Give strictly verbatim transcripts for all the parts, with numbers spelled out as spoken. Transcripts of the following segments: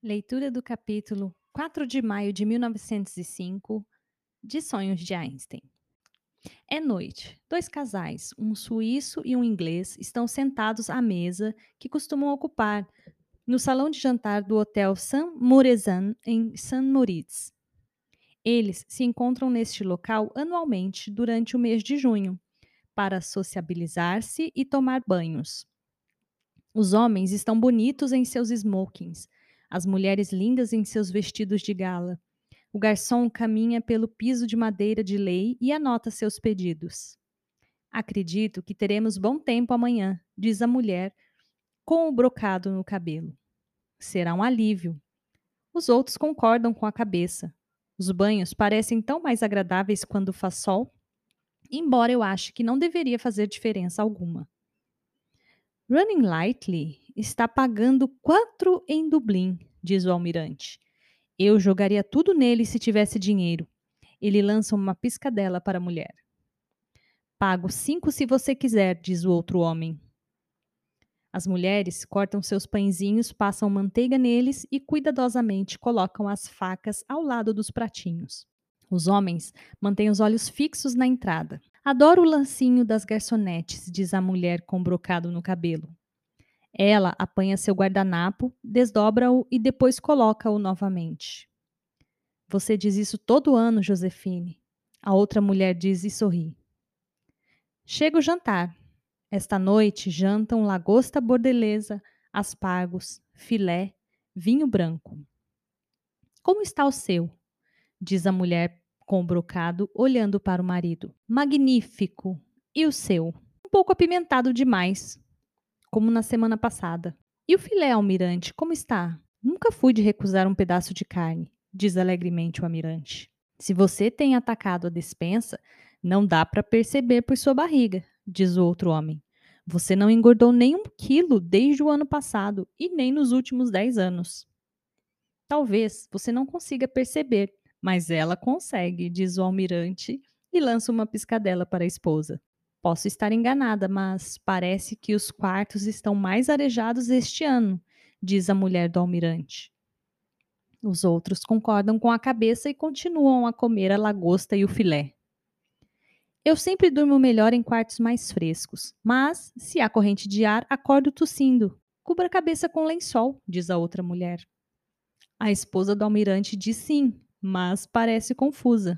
Leitura do capítulo quatro de maio de mil novecentos e cinco de Sonhos de Einstein. É noite. Dois casais, um suíço e um inglês, estão sentados à mesa que costumam ocupar no salão de jantar do Hotel Saint Muresan, em Saint Moritz. Eles se encontram neste local anualmente durante o mês de junho, para sociabilizar-se e tomar banhos. Os homens estão bonitos em seus smokings, as mulheres lindas em seus vestidos de gala. O garçom caminha pelo piso de madeira de lei e anota seus pedidos. Acredito que teremos bom tempo amanhã, diz a mulher, com o brocado no cabelo. Será um alívio. Os outros concordam com a cabeça. Os banhos parecem tão mais agradáveis quando faz sol, embora eu ache que não deveria fazer diferença alguma. Running Lightly está pagando quatro em Dublin, diz o almirante. Eu jogaria tudo nele se tivesse dinheiro. Ele lança uma piscadela para a mulher. Pago cinco se você quiser, diz o outro homem. As mulheres cortam seus pãezinhos, passam manteiga neles e cuidadosamente colocam as facas ao lado dos pratinhos. Os homens mantêm os olhos fixos na entrada. Adoro o lancinho das garçonetes, diz a mulher com brocado no cabelo. Ela apanha seu guardanapo, desdobra-o e depois coloca-o novamente. Você diz isso todo ano, Josefine. A outra mulher diz e sorri. Chega o jantar. Esta noite jantam lagosta bordelesa, aspargos, filé, vinho branco. Como está o seu? Diz a mulher com o brocado, olhando para o marido. Magnífico. E o seu? Um pouco apimentado demais, como na semana passada. E o filé, almirante, como está? Nunca fui de recusar um pedaço de carne, diz alegremente o almirante. Se você tem atacado a despensa, não dá para perceber por sua barriga, diz o outro homem. Você não engordou nem um quilo desde o ano passado e nem nos últimos dez anos. Talvez você não consiga perceber, mas ela consegue, diz o almirante e lança uma piscadela para a esposa. Posso estar enganada, mas parece que os quartos estão mais arejados este ano, diz a mulher do almirante. Os outros concordam com a cabeça e continuam a comer a lagosta e o filé. Eu sempre durmo melhor em quartos mais frescos, mas, se há corrente de ar, acordo tossindo. Cubra a cabeça com lençol, diz a outra mulher. A esposa do almirante diz sim, mas parece confusa.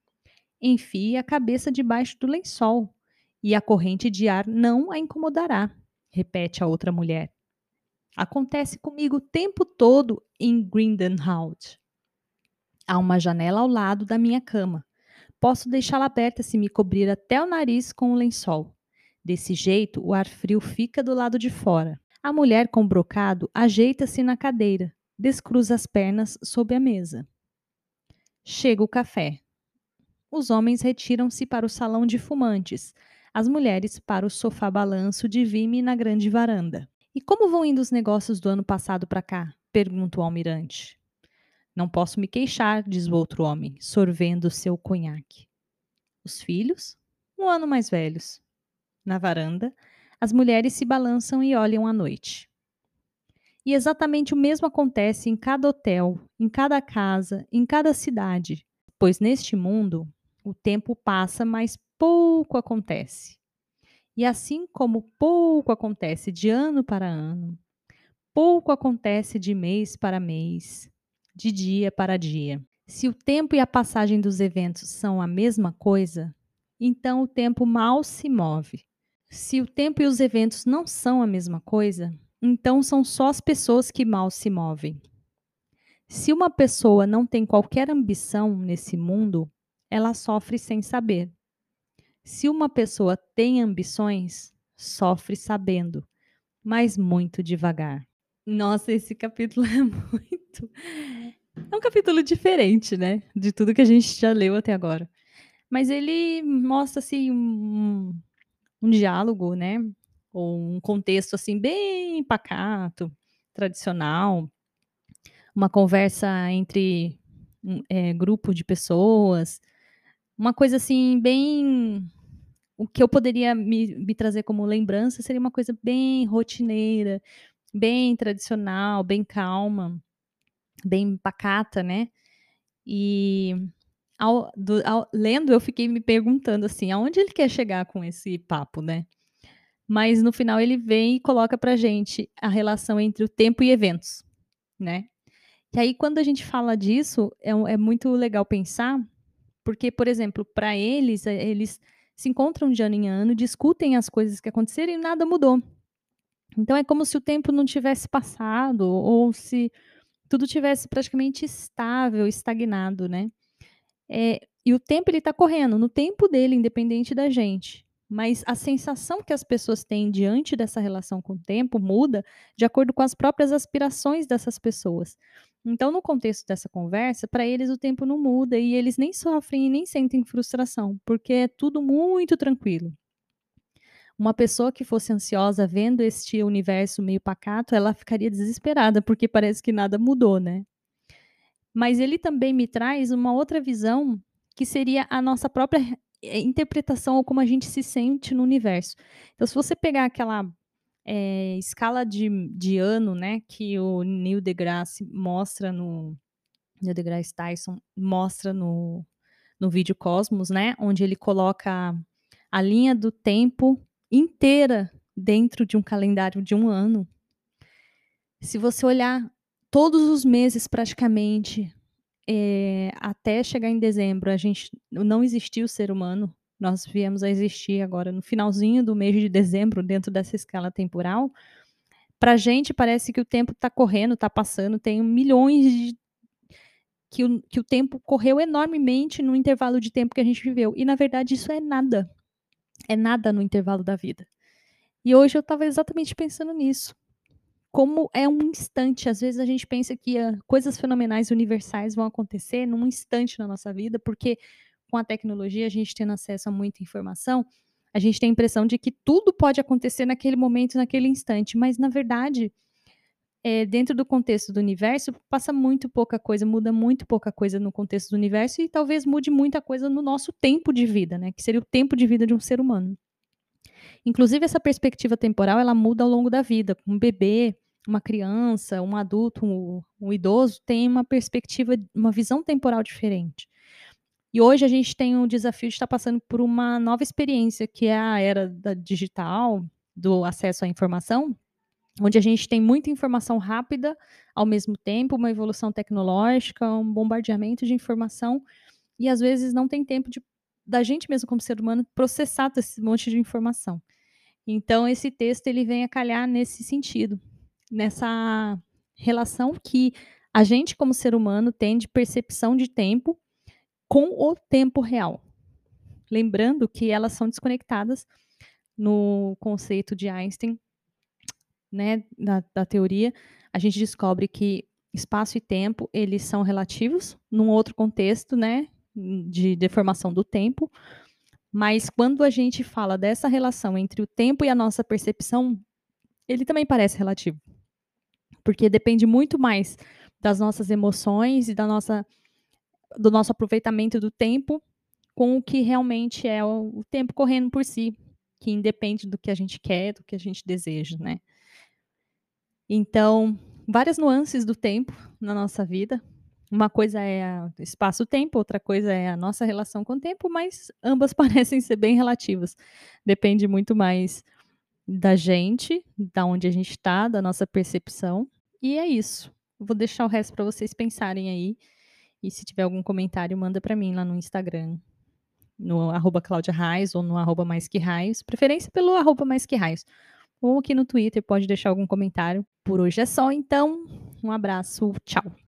Enfie a cabeça debaixo do lençol, e a corrente de ar não a incomodará, repete a outra mulher. Acontece comigo o tempo todo em Grindenhout. Há uma janela ao lado da minha cama. Posso deixá-la aberta se me cobrir até o nariz com o lençol. Desse jeito, o ar frio fica do lado de fora. A mulher com brocado ajeita-se na cadeira, descruza as pernas sob a mesa. Chega o café. Os homens retiram-se para o salão de fumantes, as mulheres para o sofá-balanço de vime na grande varanda. E como vão indo os negócios do ano passado para cá? Pergunta o almirante. Não posso me queixar, diz o outro homem, sorvendo seu conhaque. Os filhos? Um ano mais velhos. Na varanda, as mulheres se balançam e olham à noite. E exatamente o mesmo acontece em cada hotel, em cada casa, em cada cidade, pois neste mundo o tempo passa, mas pouco acontece. E assim como pouco acontece de ano para ano, pouco acontece de mês para mês, de dia para dia. Se o tempo e a passagem dos eventos são a mesma coisa, então o tempo mal se move. Se o tempo e os eventos não são a mesma coisa, então são só as pessoas que mal se movem. Se uma pessoa não tem qualquer ambição nesse mundo, ela sofre sem saber. Se uma pessoa tem ambições, sofre sabendo, mas muito devagar. Nossa, esse capítulo é muito. É um capítulo diferente, né? De tudo que a gente já leu até agora. Mas ele mostra, assim, um, um diálogo, né? Ou um contexto, assim, bem pacato, tradicional. Uma conversa entre um é, grupo de pessoas. Uma coisa, assim, bem. O que eu poderia me, me trazer como lembrança seria uma coisa bem rotineira, bem tradicional, bem calma. bem pacata, né. E ao do ao lendo eu fiquei me perguntando, assim, aonde ele quer chegar com esse papo, né. Mas no final ele vem e coloca pra gente a relação entre o tempo e eventos, né. E aí quando a gente fala disso, é um é muito legal pensar, porque, por exemplo, para eles, eh, eles se encontram de ano em ano, discutem as coisas que aconteceram e nada mudou. Então é como se o tempo não tivesse passado ou se tudo tivesse praticamente estável, estagnado, né. Eh, e o tempo ele está correndo, no tempo dele, independente da gente. Mas a sensação que as pessoas têm diante dessa relação com o tempo muda de acordo com as próprias aspirações dessas pessoas. Então, no contexto dessa conversa, para eles o tempo não muda e eles nem sofrem e nem sentem frustração, porque é tudo muito tranquilo. Uma pessoa que fosse ansiosa vendo este universo meio pacato, ela ficaria desesperada, porque parece que nada mudou, né. Mas ele também me traz uma outra visão, que seria a nossa própria re eh, interpretação ou como a gente se sente no universo. Então se você pegar aquela, eh, escala de de ano, né, que o Neil deGrasse mostra no Neil deGrasse Tyson mostra no no vídeo Cosmos, né, onde ele coloca a linha do tempo inteira dentro de um calendário de um ano. Se você olhar todos os meses praticamente, eh, até chegar em dezembro, a gente não existiu o ser humano, nós viemos a existir agora no finalzinho do mês de dezembro, dentro dessa escala temporal. Pra gente parece que o tempo tá correndo, tá passando, tem milhões de que o que o tempo correu enormemente no intervalo de tempo que a gente viveu, e na verdade isso é nada, é nada no intervalo da vida. E hoje eu estava exatamente pensando nisso, como é um instante, às vezes a gente pensa que a coisas fenomenais universais vão acontecer num instante na nossa vida, porque com a tecnologia, a gente tendo acesso a muita informação, a gente tem a impressão de que tudo pode acontecer naquele momento, naquele instante, mas na verdade, eh, dentro do contexto do universo, passa muito pouca coisa, muda muito pouca coisa no contexto do universo e talvez mude muita coisa no nosso tempo de vida, né, que seria o tempo de vida de um ser humano. Inclusive essa perspectiva temporal, ela muda ao longo da vida, um bebê, uma criança, um adulto, um um idoso tem uma perspectiva uma visão temporal diferente. E hoje a gente tem o desafio de estar passando por uma nova experiência, que é a era da digital, do acesso à informação, onde a gente tem muita informação rápida, ao mesmo tempo, uma evolução tecnológica, um bombardeamento de informação, e às vezes não tem tempo de da gente mesmo como ser humano processar todo esse monte de informação. Então esse texto ele vem a calhar nesse sentido, nessa relação que a gente como ser humano tem de percepção de tempo com o tempo real. Lembrando que elas são desconectadas no conceito de Einstein, né, da da teoria, a gente descobre que espaço e tempo, eles são relativos, num outro contexto, né, de deformação do tempo, mas quando a gente fala dessa relação entre o tempo e a nossa percepção, ele também parece relativo. Porque depende muito mais das nossas emoções e da nossa do nosso aproveitamento do tempo, com o que realmente é o o tempo correndo por si, que independe do que a gente quer, do que a gente deseja, né. Então, várias nuances do tempo na nossa vida, uma coisa é a espaço-tempo, outra coisa é a nossa relação com o tempo, mas ambas parecem ser bem relativas. Depende muito mais da gente, da onde a gente tá, da nossa percepção, e é isso. Vou deixar o resto pra vocês pensarem aí, e se tiver algum comentário manda pra mim lá no Instagram, no arroba Cláudia Reis ou no arroba mais que Reis, preferência pelo arroba mais que Reis, ou aqui no Twitter pode deixar algum comentário. Por hoje é só então, um abraço, tchau.